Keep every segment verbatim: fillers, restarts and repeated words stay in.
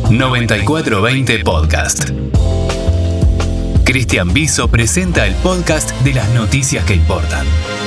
noventa y cuatro veinte Podcast. Cristian Biso presenta el podcast de las noticias que importan.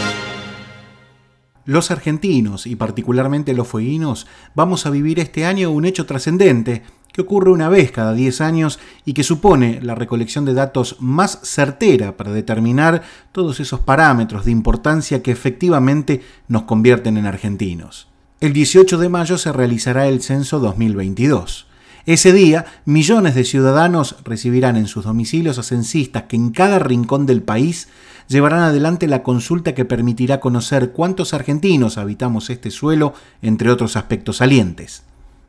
Los argentinos, y particularmente los fueguinos, vamos a vivir este año un hecho trascendente que ocurre una vez cada diez años y que supone la recolección de datos más certera para determinar todos esos parámetros de importancia que efectivamente nos convierten en argentinos. El dieciocho de mayo se realizará el censo dos mil veintidós. Ese día, millones de ciudadanos recibirán en sus domicilios a censistas que en cada rincón del país llevarán adelante la consulta que permitirá conocer cuántos argentinos habitamos este suelo, entre otros aspectos salientes.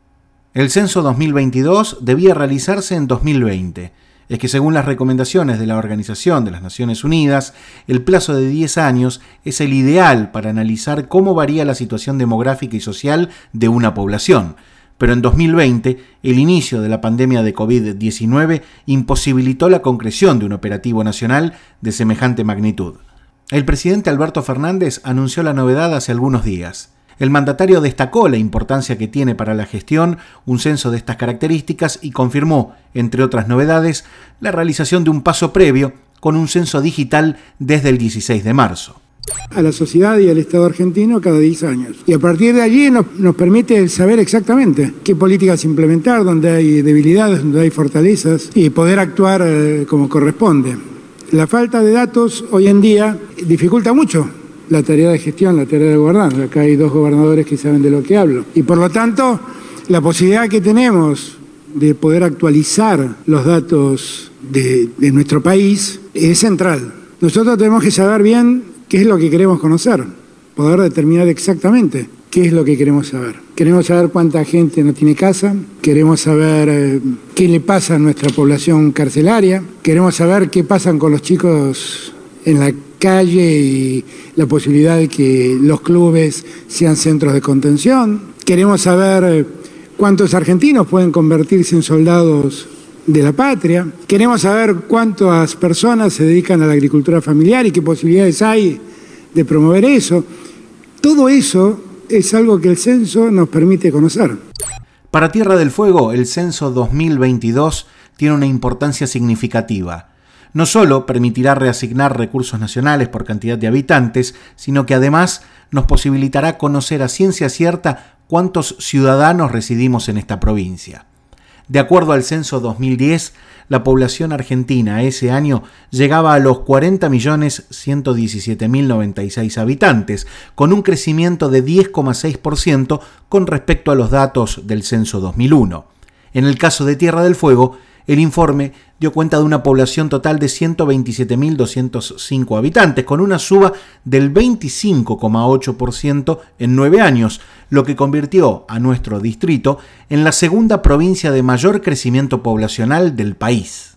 El censo dos mil veintidós debía realizarse en dos mil veinte. Es que según las recomendaciones de la Organización de las Naciones Unidas, el plazo de diez años es el ideal para analizar cómo varía la situación demográfica y social de una población. Pero en dos mil veinte, el inicio de la pandemia de covid diecinueve imposibilitó la concreción de un operativo nacional de semejante magnitud. El presidente Alberto Fernández anunció la novedad hace algunos días. El mandatario destacó la importancia que tiene para la gestión un censo de estas características y confirmó, entre otras novedades, la realización de un paso previo con un censo digital desde el dieciséis de marzo. A la sociedad y al Estado argentino cada diez años. Y a partir de allí nos, nos permite saber exactamente qué políticas implementar, dónde hay debilidades, dónde hay fortalezas y poder actuar eh, como corresponde. La falta de datos hoy en día dificulta mucho la tarea de gestión, la tarea de gobernar. Acá hay dos gobernadores que saben de lo que hablo. Y por lo tanto, la posibilidad que tenemos de poder actualizar los datos de, de nuestro país es central. Nosotros tenemos que saber bien qué es lo que queremos conocer, poder determinar exactamente qué es lo que queremos saber. Queremos saber cuánta gente no tiene casa, queremos saber eh, qué le pasa a nuestra población carcelaria, queremos saber qué pasa con los chicos en la calle y la posibilidad de que los clubes sean centros de contención. Queremos saber cuántos argentinos pueden convertirse en soldados de la patria. Queremos saber cuántas personas se dedican a la agricultura familiar y qué posibilidades hay de promover eso. Todo eso es algo que el censo nos permite conocer. Para Tierra del Fuego, el censo dos mil veintidós tiene una importancia significativa. No solo permitirá reasignar recursos nacionales por cantidad de habitantes, sino que además nos posibilitará conocer a ciencia cierta cuántos ciudadanos residimos en esta provincia. De acuerdo al censo dos mil diez, la población argentina ese año llegaba a los cuarenta millones ciento diecisiete mil noventa y seis habitantes, con un crecimiento de diez coma seis por ciento con respecto a los datos del censo dos mil uno. En el caso de Tierra del Fuego, el informe dio cuenta de una población total de ciento veintisiete mil doscientos cinco habitantes, con una suba del veinticinco coma ocho por ciento en nueve años, lo que convirtió a nuestro distrito en la segunda provincia de mayor crecimiento poblacional del país.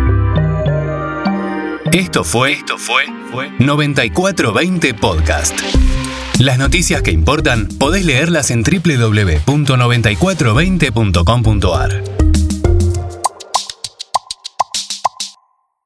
Esto fue, esto fue, fue noventa y cuatro veinte Podcast. Las noticias que importan podés leerlas en doble u doble u doble u punto noventa y cuatro veinte punto com punto a r.